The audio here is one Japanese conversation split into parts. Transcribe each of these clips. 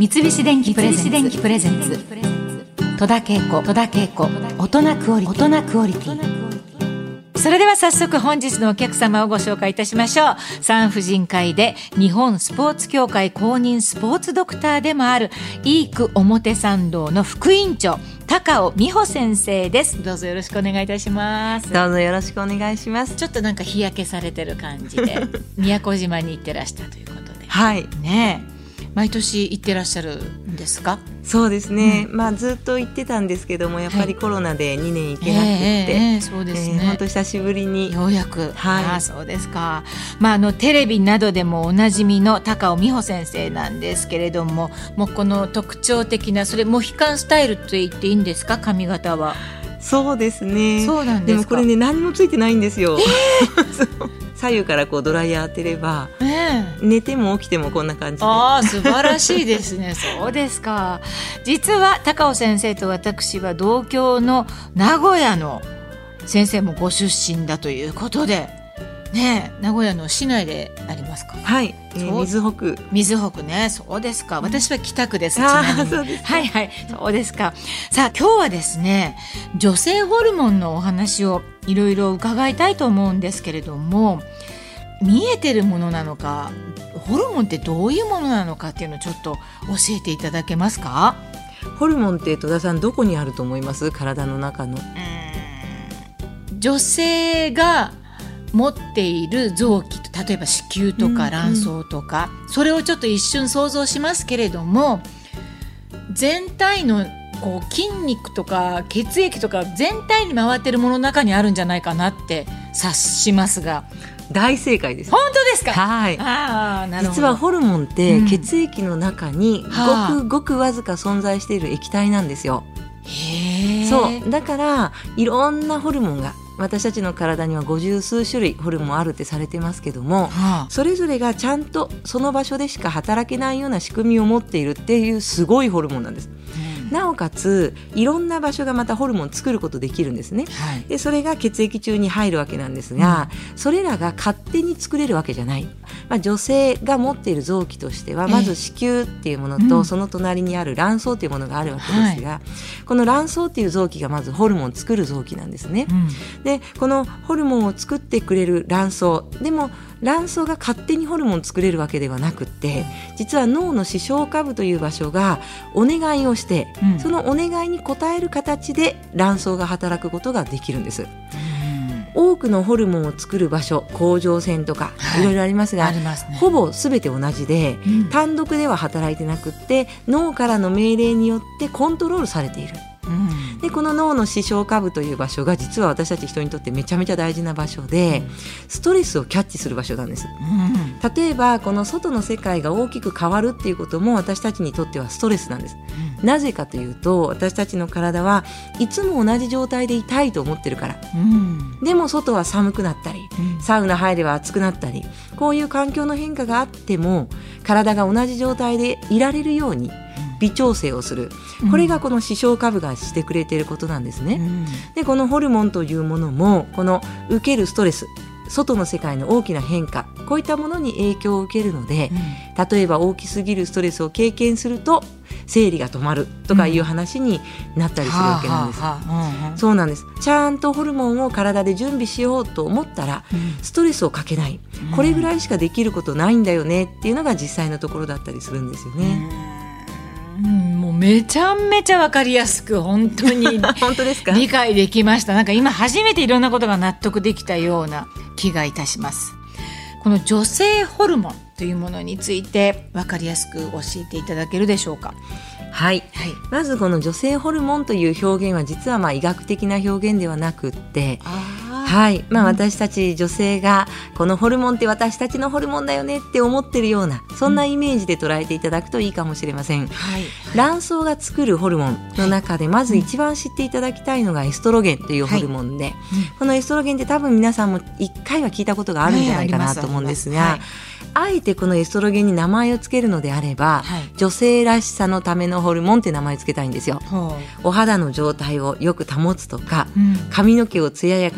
三菱電機プレゼンツ戸田恵子大人クオリティ。それでは早速本日のお客様をご紹介いたしましょう。産婦人科医で日本スポーツ協会公認スポーツドクターでもあるイーク表参道の副院長高尾美穂先生です。どうぞよろしくお願いいたします。 どうぞよろしくお願いします。 ちょっとなんか日焼けされてる感じで宮古島に行ってらしたということで、 はいねえ、毎年行ってらっしゃるんですか？ そうですね、ずっと行ってたんですけども、やっぱりコロナで2年行けなくて、 そうですね、 本当久しぶりにようやく、そうですか。テレビなどでもおなじみの高尾美穂先生なんですけれども、もうこの特徴的な、それモヒカンスタイルと言っていいんですか？髪型は。 そうですね。 そうなんですか。 でもこれね、何もついてないんですよ。左右からこうドライヤー当てれば、寝ても起きてもこんな感じで。 素晴らしいですね。そうですか。実は高尾先生と私は同郷の名古屋の先生もご出身だということで、ね、名古屋の市内でありますか？ はい、水北ね。そうですか。私は北区です。ちなみに。 そうです。 はいはい、そうですか。さあ今日はですね、女性ホルモンのお話をいろいろ伺いたいと思うんですけれども、見えてるものなのか、ホルモンってどういうものなのかっていうのをちょっと教えていただけますか？ ホルモンって戸田さんどこにあると思います？体の中の。 女性が持っている臓器、例えば子宮とか卵巣とか、それをちょっと一瞬想像しますけれども、全体のこう筋肉とか血液とか全体に回ってるものの中にあるんじゃないかなって察しますが。 大正解です。 本当ですか？ はい。 なるほど。 実はホルモンって血液の中にごくごくわずか存在している液体なんですよ。そうだからいろんなホルモンが、私たちの体には50数種類ホルモンあるってされてますけども、それぞれがちゃんとその場所でしか働けないような仕組みを持っているっていうすごいホルモンなんです。なおかついろんな場所がまたホルモンを作ることできるんですね。でそれが血液中に入るわけなんですが、それらが勝手に作れるわけじゃない。女性が持っている臓器としては、まず子宮っていうものと、その隣にある卵巣っていうものがあるわけですが、この卵巣っていう臓器がまずホルモンを作る臓器なんですね。でこのホルモンを作ってくれる卵巣でも、卵巣が勝手にホルモンを作れるわけではなくって、実は脳の視床下部という場所がお願いをして、そのお願いに応える形で卵巣が働くことができるんです。多くのホルモンを作る場所、甲状腺とかいろいろありますが、ほぼ全て同じで、単独では働いてなくって、脳からの命令によってコントロールされている。でこの脳の視床下部という場所が、実は私たち人にとってめちゃめちゃ大事な場所で、ストレスをキャッチする場所なんです。例えばこの外の世界が大きく変わるっていうことも、私たちにとってはストレスなんです。なぜかというと、私たちの体はいつも同じ状態でいたいと思ってるから。でも外は寒くなったり、サウナ入れば暑くなったり、こういう環境の変化があっても、体が同じ状態でいられるように微調整をする。これがこの視床下部がしてくれていることなんですね。でこのホルモンというものも、この受けるストレス、外の世界の大きな変化、こういったものに影響を受けるので、例えば大きすぎるストレスを経験すると生理が止まるとかいう話になったりするわけなんです。そうなんです。ちゃんとホルモンを体で準備しようと思ったら、ストレスをかけない、これぐらいしかできることないんだよねっていうのが実際のところだったりするんですよね。 もうめちゃめちゃ分かりやすく、本当に本当ですか？ 理解できました。なんか今初めていろんなことが納得できたような気がいたします。この女性ホルモンというものについて分かりやすく教えていただけるでしょうか？ はい、まずこの女性ホルモンという表現は、実は医学的な表現ではなくって、私たち女性がこのホルモンって私たちのホルモンだよねって思ってるような、そんなイメージで捉えていただくといいかもしれません。卵巣が作るホルモンの中で、まず一番知っていただきたいのがエストロゲンというホルモンで、このエストロゲンって多分皆さんも一回は聞いたことがあるんじゃないかなと思うんですが、あえてこのエストロゲンに名前をつけるのであれば、女性らしさのためのホルモンって名前をつけたいんですよ。お肌の状態をよく保つとか、髪の毛を艶やかに保つ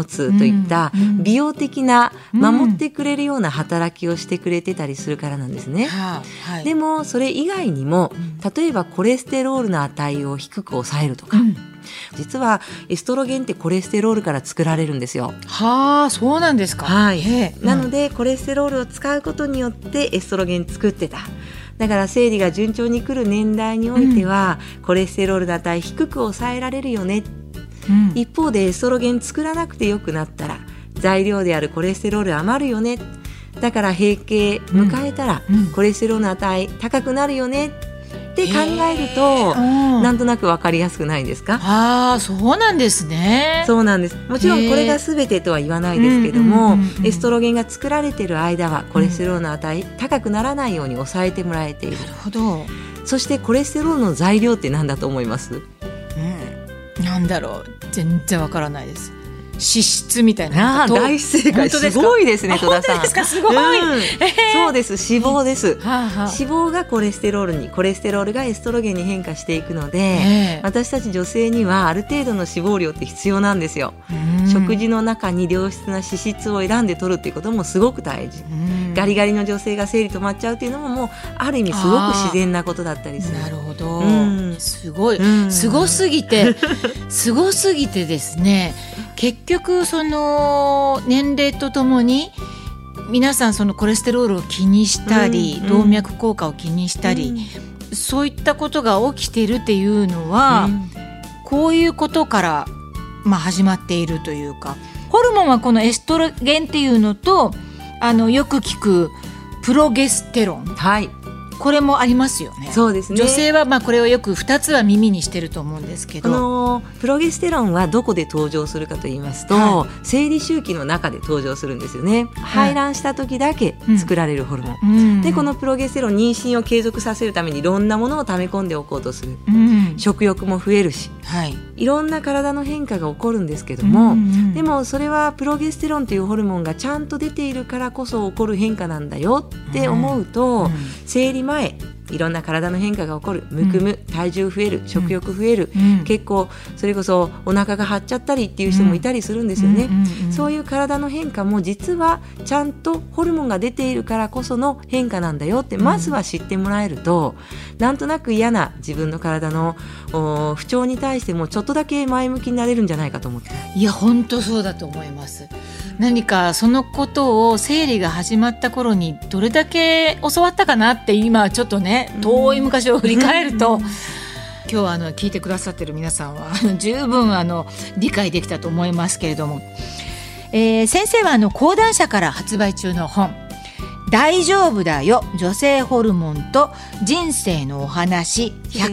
つといった美容的な守ってくれるような働きをしてくれてたりするからなんですね。でもそれ以外にも、例えばコレステロールの値を低く抑えるとか、実はエストロゲンってコレステロールから作られるんですよ。 そうなんですか。 なのでコレステロールを使うことによってエストロゲン作ってた。だから生理が順調に来る年代においては、コレステロールの値低く抑えられるよね、一方でエストロゲン作らなくてよくなったら材料であるコレステロール余るよね、だから閉経迎えたらコレステロールの値高くなるよねって考えると、なんとなく分かりやすくないですか？ そうなんですね。 そうなんです。もちろんこれが全てとは言わないですけども、エストロゲンが作られている間はコレステロールの値高くならないように抑えてもらえている。 なるほど。 そしてコレステロールの材料って何だと思います？ なんだろう、全然わからないです。脂質みたいな。 大正解。すごいですね、戸田さん。 本当ですか？すごい。 そうです、脂肪です。脂肪がコレステロールに、コレステロールがエストロゲンに変化していくので、私たち女性にはある程度の脂肪量って必要なんですよ。食事の中に良質な脂質を選んで取るっていうこともすごく大事。ガリガリの女性が生理止まっちゃうっていうのも、もうある意味すごく自然なことだったりする。 なるほど。すごい、すごすぎてですね、結局その年齢とともに皆さんそのコレステロールを気にしたり、動脈硬化を気にしたり、そういったことが起きているっていうのは、こういうことから始まっているというか、ホルモンはこのエストロゲンっていうのとよく聞くプロゲステロン、これもありますよね。 そうですね。 女性はこれをよく2つは耳にしてると思うんですけど、 プロゲステロンはどこで登場するかと言いますと、生理周期の中で登場するんですよね。排卵した時だけ作られるホルモン、でこのプロゲステロン、妊娠を継続させるためにいろんなものを溜め込んでおこうとする、食欲も増えるし、いろんな体の変化が起こるんですけども、でもそれはプロゲステロンというホルモンがちゃんと出ているからこそ起こる変化なんだよって思うと、生理前いろんな体の変化が起こる、むくむ、体重増える、食欲増える、結構それこそお腹が張っちゃったりっていう人もいたりするんですよね。そういう体の変化も実はちゃんとホルモンが出ているからこその変化なんだよって、まずは知ってもらえると、なんとなく嫌な自分の体の不調に対してもちょっとだけ前向きになれるんじゃないかと思って。 いや本当そうだと思います。何かそのことを生理が始まった頃にどれだけ教わったかなって今ちょっとね、遠い昔を振り返ると、今日は聞いてくださってる皆さんは十分理解できたと思いますけれども、先生は講談社から発売中の本、大丈夫だよ女性ホルモンと人生のお話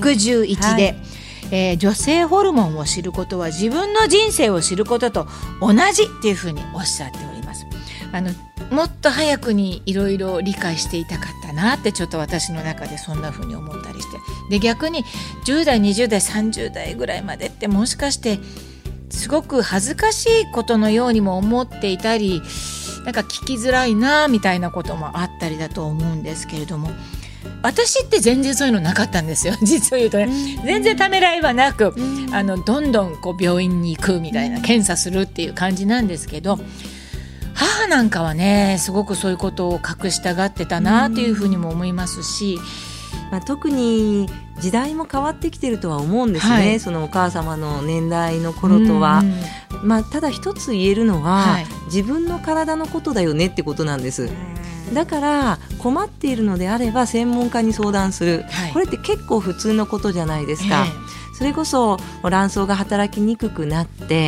111で、女性ホルモンを知ることは自分の人生を知ることと同じっていうふうにおっしゃっております。もっと早くにいろいろ理解していたかったなって、ちょっと私の中でそんなふうに思ったりして、で逆に10代20代30代ぐらいまでってもしかしてすごく恥ずかしいことのようにも思っていたり、なんか聞きづらいなみたいなこともあったりだと思うんですけれども、私って全然そういうのなかったんですよ、実を言うとね。全然ためらいはなく、どんどん病院に行くみたいな、検査するっていう感じなんですけど、母なんかはねすごくそういうことを隠したがってたなっていうふうにも思いますし、 特に時代も変わってきてるとは思うんですね、そのお母様の年代の頃とは。ただ一つ言えるのは、自分の体のことだよねってことなんです。だから困っているのであれば専門家に相談する、これって結構普通のことじゃないですか。それこそ卵巣が働きにくくなって、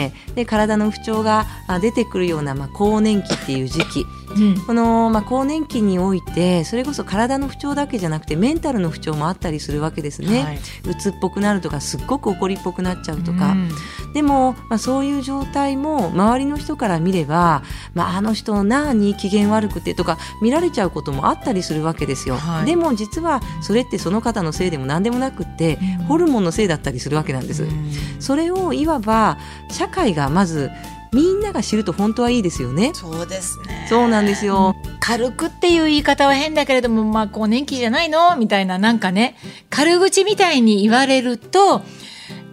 で体の不調が出てくるような、更年期っていう時期、この、更年期においてそれこそ体の不調だけじゃなくてメンタルの不調もあったりするわけですね、鬱っぽくなるとか、すっごく怒りっぽくなっちゃうとか、でも、そういう状態も周りの人から見れば、あの人何機嫌悪くてとか見られちゃうこともあったりするわけですよ、でも実はそれってその方のせいでも何でもなくって、ホルモンのせいだったりするわけなんです。それをいわば社会がまずみんなが知ると本当はいいですよね。 そうですね。 そうなんですよ。 軽くっていう言い方は変だけれども、更年期じゃないのみたいな、なんかね軽口みたいに言われると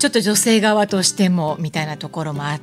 ちょっと女性側としてもみたいなところもあって、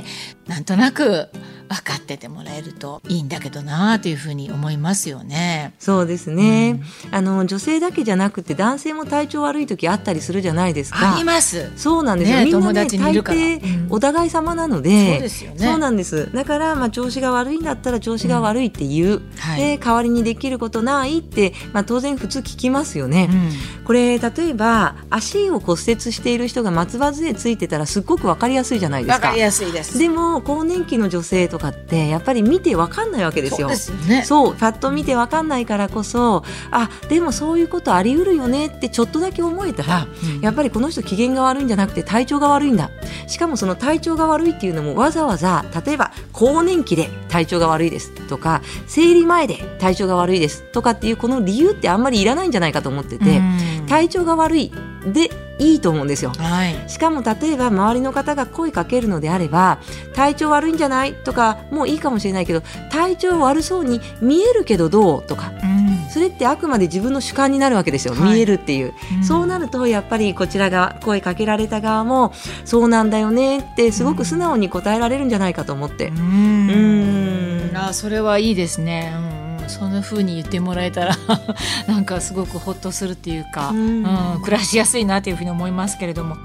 なんとなく分かっててもらえるといいんだけどなというふうに思いますよね。 そうですね、女性だけじゃなくて男性も体調悪い時あったりするじゃないですか。 あります。 そうなんですよ、みんな友達にいるから、 大抵お互い様なので、 そうですよね。 そうなんです。だから、調子が悪いんだったら調子が悪いっていう、で代わりにできることないって、当然普通聞きますよね、これ例えば足を骨折している人が松葉杖ついてたらすっごく分かりやすいじゃないですか。 分かりやすいです。 でも更年期の女性とかってやっぱり見て分かんないわけですよ。 そうですよね。 そうパッと見て分かんないからこそ、でもそういうことあり得るよねってちょっとだけ思えたら、やっぱりこの人機嫌が悪いんじゃなくて体調が悪いんだ。しかもその体調が悪いっていうのもわざわざ、例えば更年期で体調が悪いですとか生理前で体調が悪いですとかっていうこの理由ってあんまりいらないんじゃないかと思ってて、体調が悪いでいいと思うんですよ、しかも例えば周りの方が声かけるのであれば、体調悪いんじゃないとかもういいかもしれないけど、体調悪そうに見えるけどどうとか、それってあくまで自分の主観になるわけですよ、見えるっていう、そうなるとやっぱりこちらが声かけられた側もそうなんだよねってすごく素直に答えられるんじゃないかと思って、 それはいいですね、そんな風に言ってもらえたらなんかすごくほっとするっていうか、暮らしやすいなというふうに思いますけれども、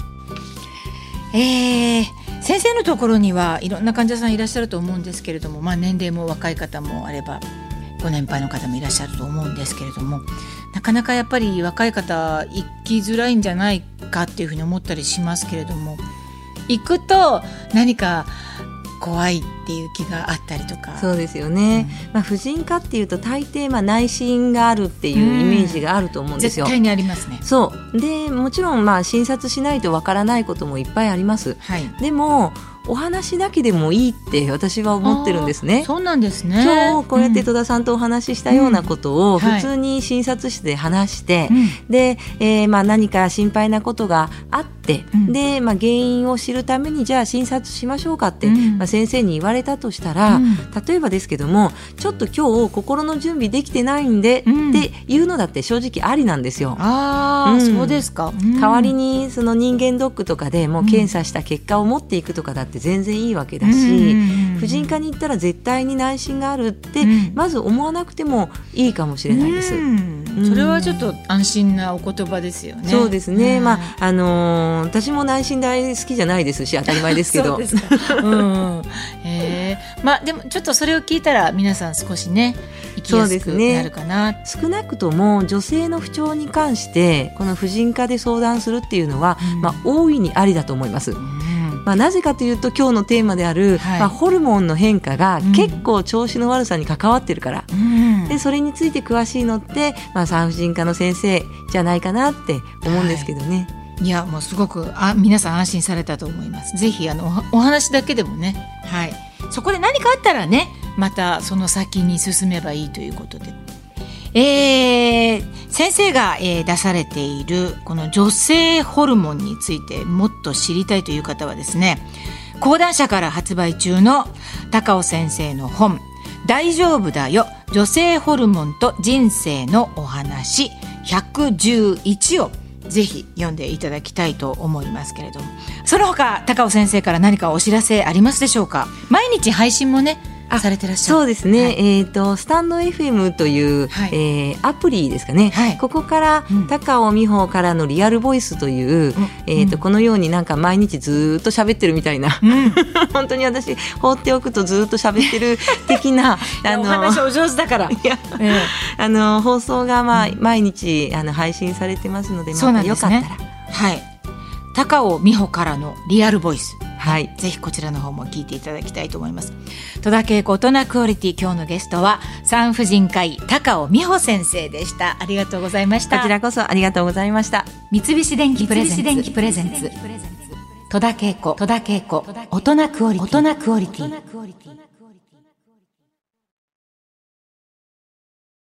先生のところにはいろんな患者さんいらっしゃると思うんですけれども、年齢も若い方もあればご年配の方もいらっしゃると思うんですけれども、なかなかやっぱり若い方行きづらいんじゃないかっていうふうに思ったりしますけれども、行くと何か怖いっていう気があったりとか。 そうですよね、婦人科っていうと大抵内診があるっていうイメージがあると思うんですよ、 絶対にありますね。 そうでもちろん診察しないとわからないこともいっぱいあります、でもお話だけでもいいって私は思ってるんですね。 そうなんですね。 今日こうやって戸田さんとお話ししたようなことを普通に診察室で話して、で、何か心配なことがあって、で、原因を知るためにじゃあ診察しましょうかって、先生に言われたとしたら、例えばですけどもちょっと今日心の準備できてないんで、っていうのだって正直ありなんですよ。 そうですか。 代わりにその人間ドックとかでもう検査した結果を持っていくとかだって全然いいわけだし、婦人科に行ったら絶対に内診があるって、まず思わなくてもいいかもしれないです。 それはちょっと安心なお言葉ですよね。 そうですね、私も内診大好きじゃないですし当たり前ですけどそうですか。でもちょっとそれを聞いたら皆さん少しね生きやすくなるかな、 少なくとも女性の不調に関してこの婦人科で相談するっていうのは、大いにありだと思います。なぜかというと今日のテーマである、ホルモンの変化が結構調子の悪さに関わってるから、でそれについて詳しいのって、産婦人科の先生じゃないかなって思うんですけどね。 いやもうすごく皆さん安心されたと思います。ぜひお話だけでもね、そこで何かあったらねまたその先に進めばいいということで、先生が、出されているこの女性ホルモンについてもっと知りたいという方はですね、講談社から発売中の高尾先生の本大丈夫だよ女性ホルモンと人生のお話111をぜひ読んでいただきたいと思いますけれども、その他高尾先生から何かお知らせありますでしょうか。毎日配信もねされてらっしゃる。 そうですね、スタンド FM という、アプリですかね、ここから、高尾美穂からのリアルボイスという、このようになんか毎日ずっと喋ってるみたいな、本当に私放っておくとずっと喋ってる的なお話お上手だから放送が、毎日配信されてますので、またよかったら、 高尾美穂からのリアルボイス、ぜひこちらの方も聞いていただきたいと思います。戸田恵子大人クオリティ、今日のゲストは産婦人科医高尾美穂先生でした。ありがとうございました。 こちらこそありがとうございました。 三菱電機プレゼンツ戸田恵子大人クオリティ。